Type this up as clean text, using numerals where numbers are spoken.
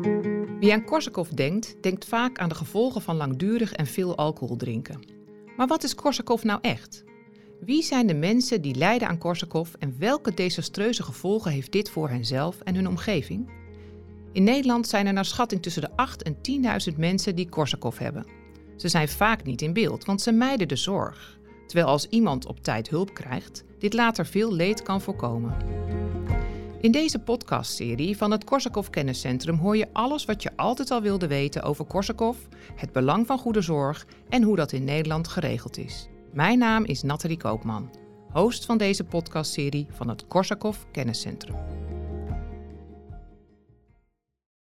Wie aan Korsakoff denkt, denkt vaak aan de gevolgen van langdurig en veel alcohol drinken. Maar wat is Korsakoff nou echt? Wie zijn de mensen die lijden aan Korsakoff en welke desastreuze gevolgen heeft dit voor henzelf en hun omgeving? In Nederland zijn er naar schatting tussen de 8.000 en 10.000 mensen die Korsakoff hebben. Ze zijn vaak niet in beeld, want ze mijden de zorg. Terwijl als iemand op tijd hulp krijgt, dit later veel leed kan voorkomen. In deze podcastserie van het Korsakoff Kenniscentrum hoor je alles wat je altijd al wilde weten over Korsakoff, het belang van goede zorg en hoe dat in Nederland geregeld is. Mijn naam is Nathalie Koopman, host van deze podcastserie van het Korsakoff Kenniscentrum.